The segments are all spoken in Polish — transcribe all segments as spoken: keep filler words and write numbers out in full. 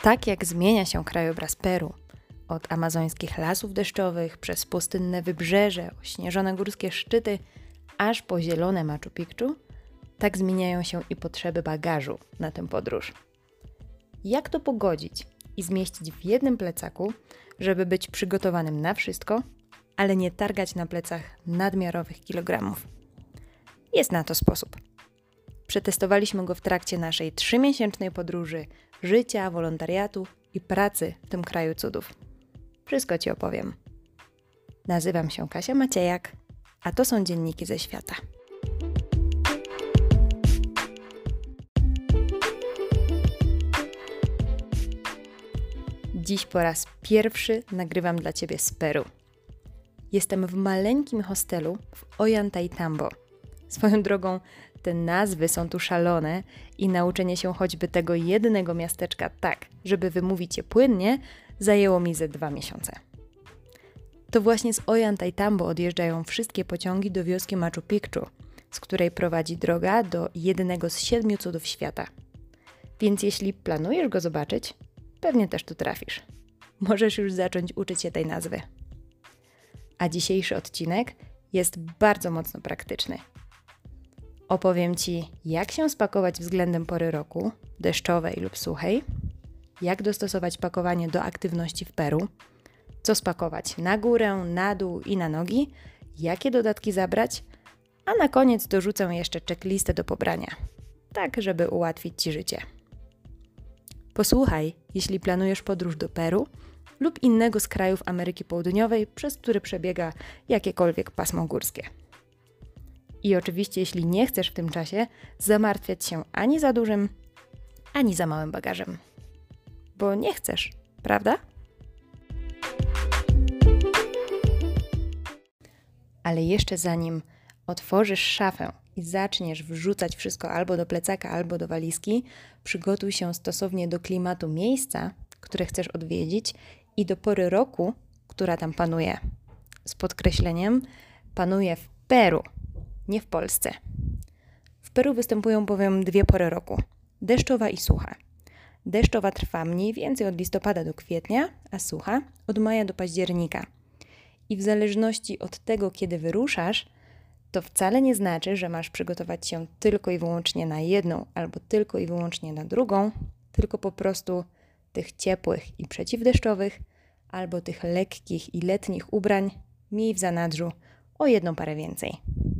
Tak jak zmienia się krajobraz Peru, od amazońskich lasów deszczowych, przez pustynne wybrzeże, ośnieżone górskie szczyty, aż po zielone Machu Picchu, tak zmieniają się i potrzeby bagażu na tę podróż. Jak to pogodzić i zmieścić w jednym plecaku, żeby być przygotowanym na wszystko, ale nie targać na plecach nadmiarowych kilogramów? Jest na to sposób. Przetestowaliśmy go w trakcie naszej trzymiesięcznej podróży, życia, wolontariatu i pracy w tym kraju cudów. Wszystko Ci opowiem. Nazywam się Kasia Maciejak, a to są Dzienniki ze świata. Dziś po raz pierwszy nagrywam dla Ciebie z Peru. Jestem w maleńkim hostelu w Ollantaytambo. Swoją drogą te nazwy są tu szalone i nauczenie się choćby tego jednego miasteczka tak, żeby wymówić je płynnie, zajęło mi ze dwa miesiące. To właśnie z Ollantaytambo odjeżdżają wszystkie pociągi do wioski Machu Picchu, z której prowadzi droga do jednego z siedmiu cudów świata. Więc jeśli planujesz go zobaczyć, pewnie też tu trafisz. Możesz już zacząć uczyć się tej nazwy. A dzisiejszy odcinek jest bardzo mocno praktyczny. Opowiem Ci, jak się spakować względem pory roku, deszczowej lub suchej, jak dostosować pakowanie do aktywności w Peru, co spakować na górę, na dół i na nogi, jakie dodatki zabrać, a na koniec dorzucę jeszcze checklistę do pobrania, tak żeby ułatwić Ci życie. Posłuchaj, jeśli planujesz podróż do Peru lub innego z krajów Ameryki Południowej, przez który przebiega jakiekolwiek pasmo górskie. I oczywiście, jeśli nie chcesz w tym czasie zamartwiać się ani za dużym, ani za małym bagażem. Bo nie chcesz, prawda? Ale jeszcze zanim otworzysz szafę i zaczniesz wrzucać wszystko albo do plecaka, albo do walizki, przygotuj się stosownie do klimatu miejsca, które chcesz odwiedzić i do pory roku, która tam panuje. Z podkreśleniem, panuje w Peru, nie w Polsce. W Peru występują bowiem dwie pory roku, deszczowa i sucha. Deszczowa trwa mniej więcej od listopada do kwietnia, a sucha od maja do października. I w zależności od tego, kiedy wyruszasz, to wcale nie znaczy, że masz przygotować się tylko i wyłącznie na jedną albo tylko i wyłącznie na drugą, tylko po prostu tych ciepłych i przeciwdeszczowych albo tych lekkich i letnich ubrań miej w zanadrzu o jedną parę więcej.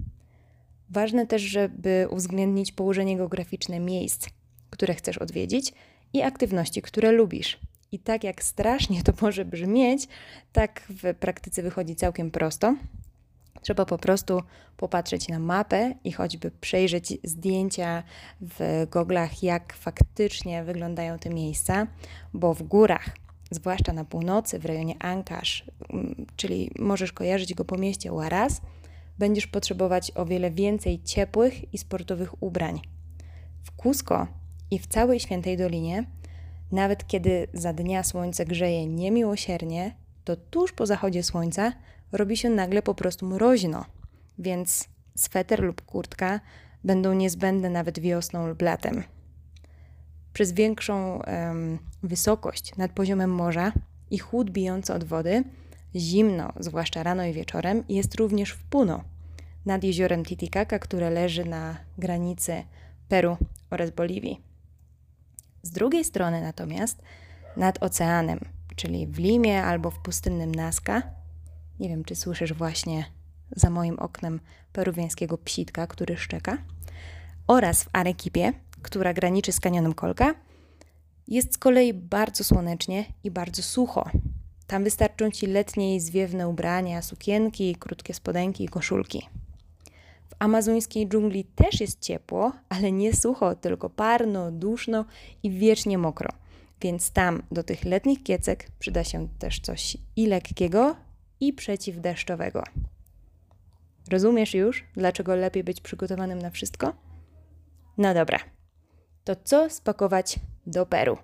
Ważne też, żeby uwzględnić położenie geograficzne miejsc, które chcesz odwiedzić i aktywności, które lubisz. I tak jak strasznie to może brzmieć, tak w praktyce wychodzi całkiem prosto. Trzeba po prostu popatrzeć na mapę i choćby przejrzeć zdjęcia w goglach, jak faktycznie wyglądają te miejsca, bo w górach, zwłaszcza na północy, w rejonie Ancash, czyli możesz kojarzyć go po mieście Huaraz, będziesz potrzebować o wiele więcej ciepłych i sportowych ubrań. W Cusco i w całej Świętej Dolinie, nawet kiedy za dnia słońce grzeje niemiłosiernie, to tuż po zachodzie słońca robi się nagle po prostu mroźno, więc sweter lub kurtka będą niezbędne nawet wiosną lub latem. Przez większą um, wysokość nad poziomem morza i chłód bijący od wody, zimno, zwłaszcza rano i wieczorem, jest również w Puno, nad jeziorem Titicaca, które leży na granicy Peru oraz Boliwii. Z drugiej strony natomiast nad oceanem, czyli w Limie albo w pustynnym Nazca, nie wiem, czy słyszysz właśnie za moim oknem peruwiańskiego psitka, który szczeka, oraz w Arequipie, która graniczy z kanionem Colca, jest z kolei bardzo słonecznie i bardzo sucho. Tam wystarczą Ci letnie i zwiewne ubrania, sukienki, krótkie spodenki i koszulki. W amazońskiej dżungli też jest ciepło, ale nie sucho, tylko parno, duszno i wiecznie mokro. Więc tam do tych letnich kiecek przyda się też coś i lekkiego, i przeciwdeszczowego. Rozumiesz już, dlaczego lepiej być przygotowanym na wszystko? No dobra, to co spakować do Peru?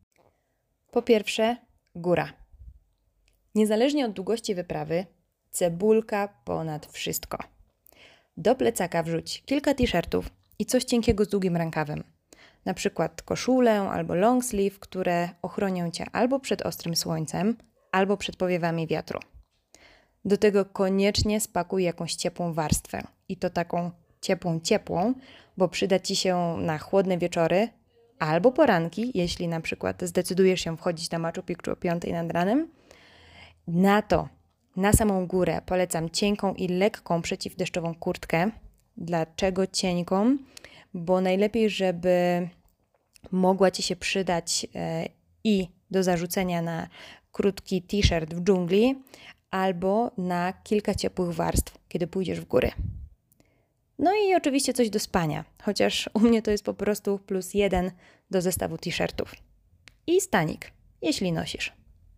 Po pierwsze, góra. Niezależnie od długości wyprawy, cebulka ponad wszystko. Do plecaka wrzuć kilka t-shirtów i coś cienkiego z długim rękawem. na przykład koszulę albo long sleeve, które ochronią Cię albo przed ostrym słońcem, albo przed powiewami wiatru. Do tego koniecznie spakuj jakąś ciepłą warstwę i to taką ciepłą, ciepłą, bo przyda Ci się na chłodne wieczory albo poranki, jeśli na przykład zdecydujesz się wchodzić na Machu Picchu o piątej nad ranem. Na to, na samą górę polecam cienką i lekką przeciwdeszczową kurtkę. Dlaczego cienką? Bo najlepiej, żeby mogła Ci się przydać e, i do zarzucenia na krótki t-shirt w dżungli, albo na kilka ciepłych warstw, kiedy pójdziesz w góry. No i oczywiście coś do spania, chociaż u mnie to jest po prostu plus jeden do zestawu t-shirtów. I stanik, jeśli nosisz.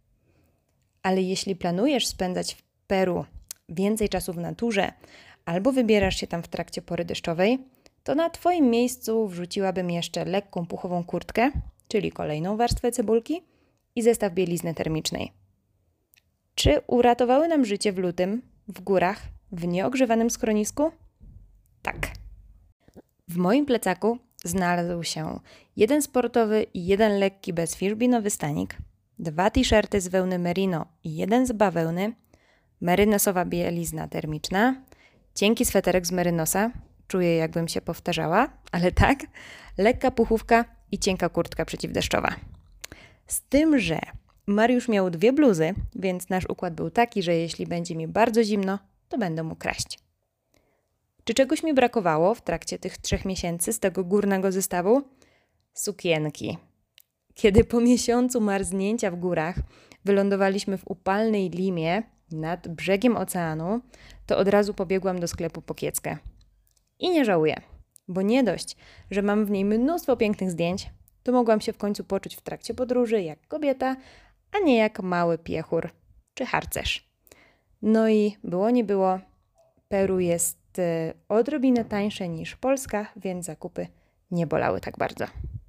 Ale jeśli planujesz spędzać w Peru więcej czasu w naturze, albo wybierasz się tam w trakcie pory deszczowej, to na Twoim miejscu wrzuciłabym jeszcze lekką puchową kurtkę, czyli kolejną warstwę cebulki i zestaw bielizny termicznej. Czy uratowały nam życie w lutym, w górach, w nieogrzewanym schronisku? Tak. W moim plecaku znalazł się jeden sportowy i jeden lekki bezfiszbinowy stanik, dwa t-shirty z wełny merino i jeden z bawełny, merynosowa bielizna termiczna, cienki sweterek z merynosa, czuję jakbym się powtarzała, ale tak, lekka puchówka i cienka kurtka przeciwdeszczowa. Z tym, że Mariusz miał dwie bluzy, więc nasz układ był taki, że jeśli będzie mi bardzo zimno, to będę mu kraść. Czy czegoś mi brakowało w trakcie tych trzech miesięcy z tego górnego zestawu? Sukienki. Kiedy po miesiącu marznięcia w górach wylądowaliśmy w upalnej Limie nad brzegiem oceanu, to od razu pobiegłam do sklepu po kieckę. I nie żałuję, bo nie dość, że mam w niej mnóstwo pięknych zdjęć, to mogłam się w końcu poczuć w trakcie podróży jak kobieta, a nie jak mały piechur czy harcerz. No i było nie było, Peru jest odrobinę tańsze niż Polska, więc zakupy nie bolały tak bardzo.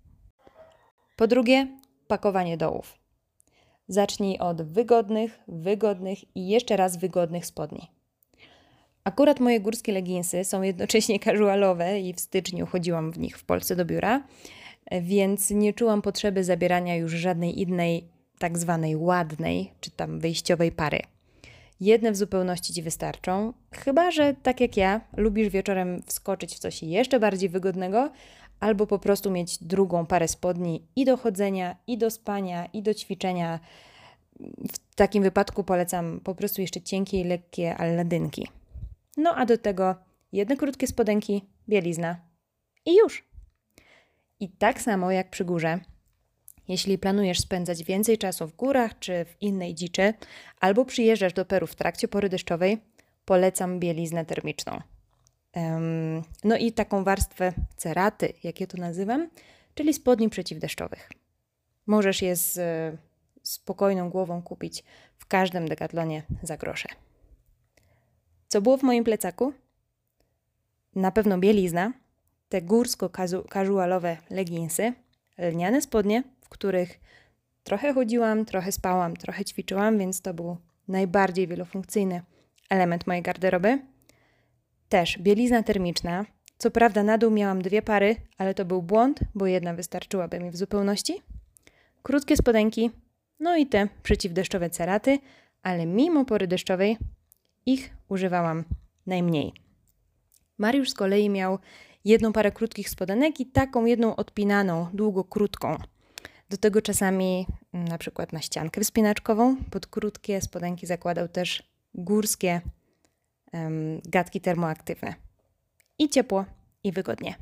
Po drugie, pakowanie dołów. Zacznij od wygodnych, wygodnych i jeszcze raz wygodnych spodni. Akurat moje górskie leginsy są jednocześnie casualowe i w styczniu chodziłam w nich w Polsce do biura, więc nie czułam potrzeby zabierania już żadnej innej tak zwanej ładnej czy tam wyjściowej pary. Jedne w zupełności Ci wystarczą, chyba że tak jak ja lubisz wieczorem wskoczyć w coś jeszcze bardziej wygodnego albo po prostu mieć drugą parę spodni i do chodzenia, i do spania, i do ćwiczenia. W takim wypadku polecam po prostu jeszcze cienkie i lekkie alladynki. No a do tego jedne krótkie spodenki, bielizna i już. I tak samo jak przy górze, jeśli planujesz spędzać więcej czasu w górach czy w innej dziczy, albo przyjeżdżasz do Peru w trakcie pory deszczowej, polecam bieliznę termiczną. Um, no i taką warstwę ceraty, jak ja to nazywam, czyli spodni przeciwdeszczowych. Możesz je z e, spokojną głową kupić w każdym Decathlonie za grosze. Co było w moim plecaku? Na pewno bielizna, te górsko-casualowe leginsy, lniane spodnie, w których trochę chodziłam, trochę spałam, trochę ćwiczyłam, więc to był najbardziej wielofunkcyjny element mojej garderoby. Też bielizna termiczna. Co prawda na dół miałam dwie pary, ale to był błąd, bo jedna wystarczyłaby mi w zupełności. Krótkie spodenki, no i te przeciwdeszczowe ceraty, ale mimo pory deszczowej ich używałam najmniej. Mariusz z kolei miał jedną parę krótkich spodenek i taką jedną odpinaną, długo-krótką. Do tego czasami na przykład na ściankę wspinaczkową pod krótkie spodenki zakładał też górskie um, gadki termoaktywne. I ciepło, i wygodnie.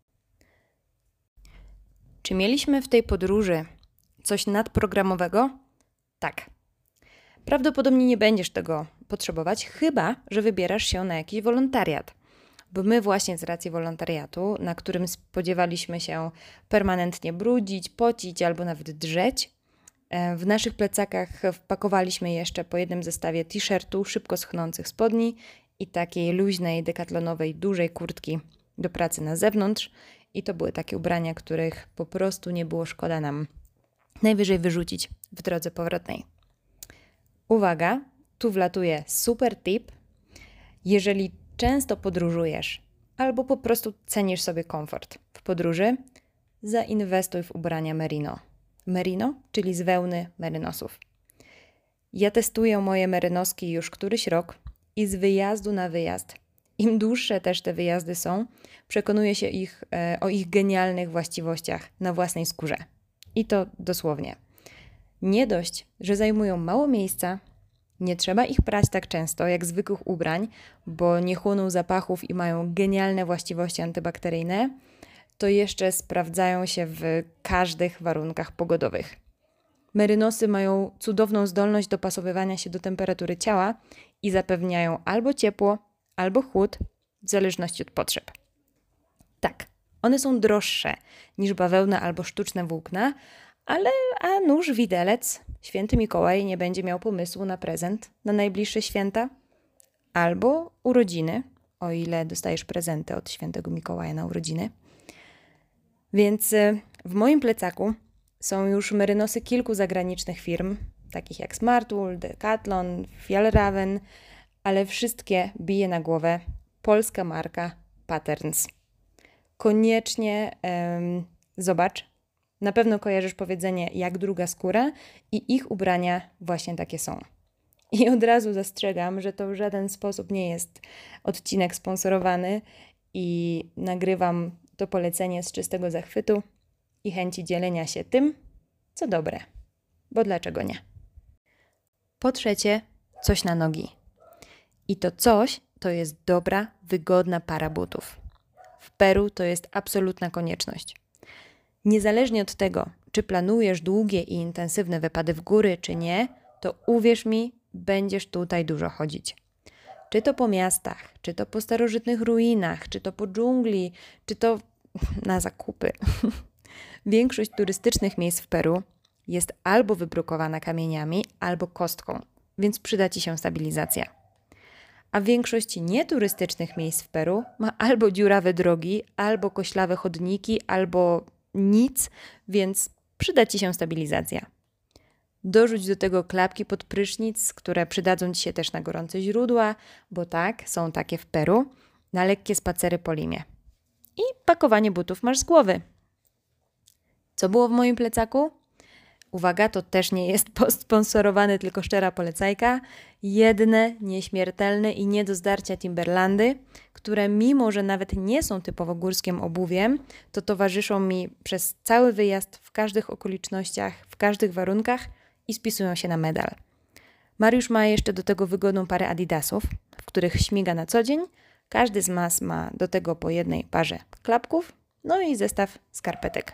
Czy mieliśmy w tej podróży coś nadprogramowego? Tak. Prawdopodobnie nie będziesz tego potrzebować, chyba że wybierasz się na jakiś wolontariat. Bo my właśnie z racji wolontariatu, na którym spodziewaliśmy się permanentnie brudzić, pocić albo nawet drzeć, w naszych plecakach wpakowaliśmy jeszcze po jednym zestawie t-shirtu, szybko schnących spodni i takiej luźnej, decathlonowej, dużej kurtki do pracy na zewnątrz. I to były takie ubrania, których po prostu nie było szkoda nam najwyżej wyrzucić w drodze powrotnej. Uwaga, tu wlatuje super tip. Jeżeli często podróżujesz albo po prostu cenisz sobie komfort w podróży, zainwestuj w ubrania merino. Merino, czyli z wełny merynosów. Ja testuję moje merynoski już któryś rok i z wyjazdu na wyjazd, im dłuższe też te wyjazdy są, przekonuję się ich, e, o ich genialnych właściwościach na własnej skórze. I to dosłownie. Nie dość, że zajmują mało miejsca, nie trzeba ich prać tak często jak zwykłych ubrań, bo nie chłoną zapachów i mają genialne właściwości antybakteryjne, to jeszcze sprawdzają się w każdych warunkach pogodowych. Merynosy mają cudowną zdolność dopasowywania się do temperatury ciała i zapewniają albo ciepło, albo chłód, w zależności od potrzeb. Tak, one są droższe niż bawełna albo sztuczne włókna, ale a nuż widelec, święty Mikołaj nie będzie miał pomysłu na prezent na najbliższe święta, albo urodziny, o ile dostajesz prezenty od świętego Mikołaja na urodziny. Więc w moim plecaku są już merynosy kilku zagranicznych firm, takich jak Smartwool, Decathlon, Fjällräven, ale wszystkie bije na głowę polska marka Patterns. Koniecznie um, zobacz, na pewno kojarzysz powiedzenie jak druga skóra i ich ubrania właśnie takie są. I od razu zastrzegam, że to w żaden sposób nie jest odcinek sponsorowany i nagrywam to polecenie z czystego zachwytu i chęci dzielenia się tym, co dobre. Bo dlaczego nie? Po trzecie, coś na nogi. I to coś to jest dobra, wygodna para butów. W Peru to jest absolutna konieczność. Niezależnie od tego, czy planujesz długie i intensywne wypady w góry, czy nie, to uwierz mi, będziesz tutaj dużo chodzić. Czy to po miastach, czy to po starożytnych ruinach, czy to po dżungli, czy to na zakupy. Większość turystycznych miejsc w Peru jest albo wybrukowana kamieniami, albo kostką, więc przyda Ci się stabilizacja. A większość nieturystycznych miejsc w Peru ma albo dziurawe drogi, albo koślawe chodniki, albo nic, więc przyda Ci się stabilizacja. Dorzuć do tego klapki pod prysznic, które przydadzą Ci się też na gorące źródła, bo tak, są takie w Peru, na lekkie spacery po Limie. I pakowanie butów masz z głowy. Co było w moim plecaku? Uwaga, to też nie jest sponsorowane, tylko szczera polecajka. Jedne nieśmiertelne i nie do zdarcia Timberlandy, które mimo, że nawet nie są typowo górskim obuwiem, to towarzyszą mi przez cały wyjazd, w każdych okolicznościach, w każdych warunkach i spisują się na medal. Mariusz ma jeszcze do tego wygodną parę adidasów, w których śmiga na co dzień. Każdy z nas ma do tego po jednej parze klapków, no i zestaw skarpetek.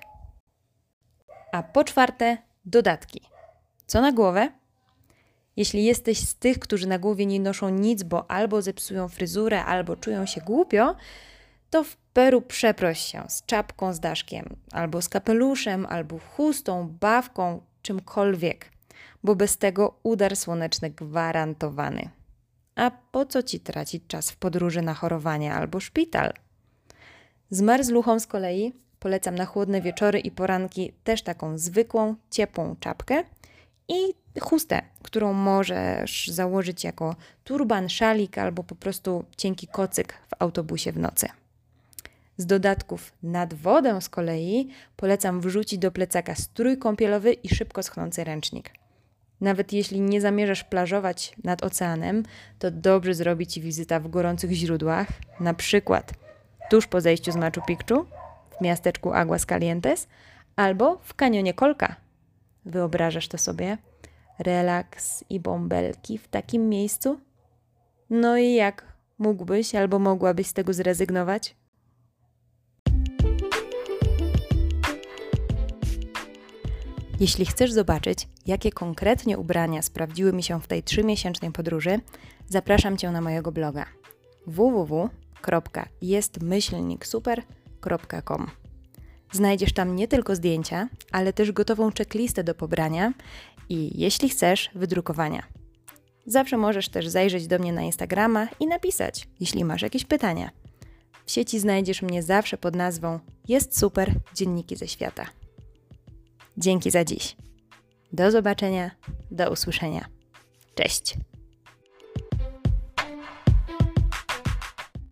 A po czwarte, dodatki. Co na głowę? Jeśli jesteś z tych, którzy na głowie nie noszą nic, bo albo zepsują fryzurę, albo czują się głupio, to w Peru przeproś się z czapką z daszkiem, albo z kapeluszem, albo chustą, bawką, czymkolwiek, bo bez tego udar słoneczny gwarantowany. A po co Ci tracić czas w podróży na chorowanie albo szpital? Z marzluchą z kolei polecam na chłodne wieczory i poranki też taką zwykłą, ciepłą czapkę i chustę, którą możesz założyć jako turban, szalik albo po prostu cienki kocyk w autobusie w nocy. Z dodatków nad wodę z kolei polecam wrzucić do plecaka strój kąpielowy i szybko schnący ręcznik. Nawet jeśli nie zamierzasz plażować nad oceanem, to dobrze zrobi Ci wizyta w gorących źródłach, na przykład tuż po zejściu z Machu Picchu, w miasteczku Aguas Calientes, albo w kanionie Colca. Wyobrażasz to sobie? Relaks i bąbelki w takim miejscu? No i jak? Mógłbyś albo mogłabyś z tego zrezygnować? Jeśli chcesz zobaczyć, jakie konkretnie ubrania sprawdziły mi się w tej trzymiesięcznej podróży, zapraszam Cię na mojego bloga w w w kropka jest myślnik super kropka com. Znajdziesz tam nie tylko zdjęcia, ale też gotową checklistę do pobrania i, jeśli chcesz, wydrukowania. Zawsze możesz też zajrzeć do mnie na Instagrama i napisać, jeśli masz jakieś pytania. W sieci znajdziesz mnie zawsze pod nazwą Jest Super Dzienniki ze Świata. Dzięki za dziś. Do zobaczenia, do usłyszenia. Cześć!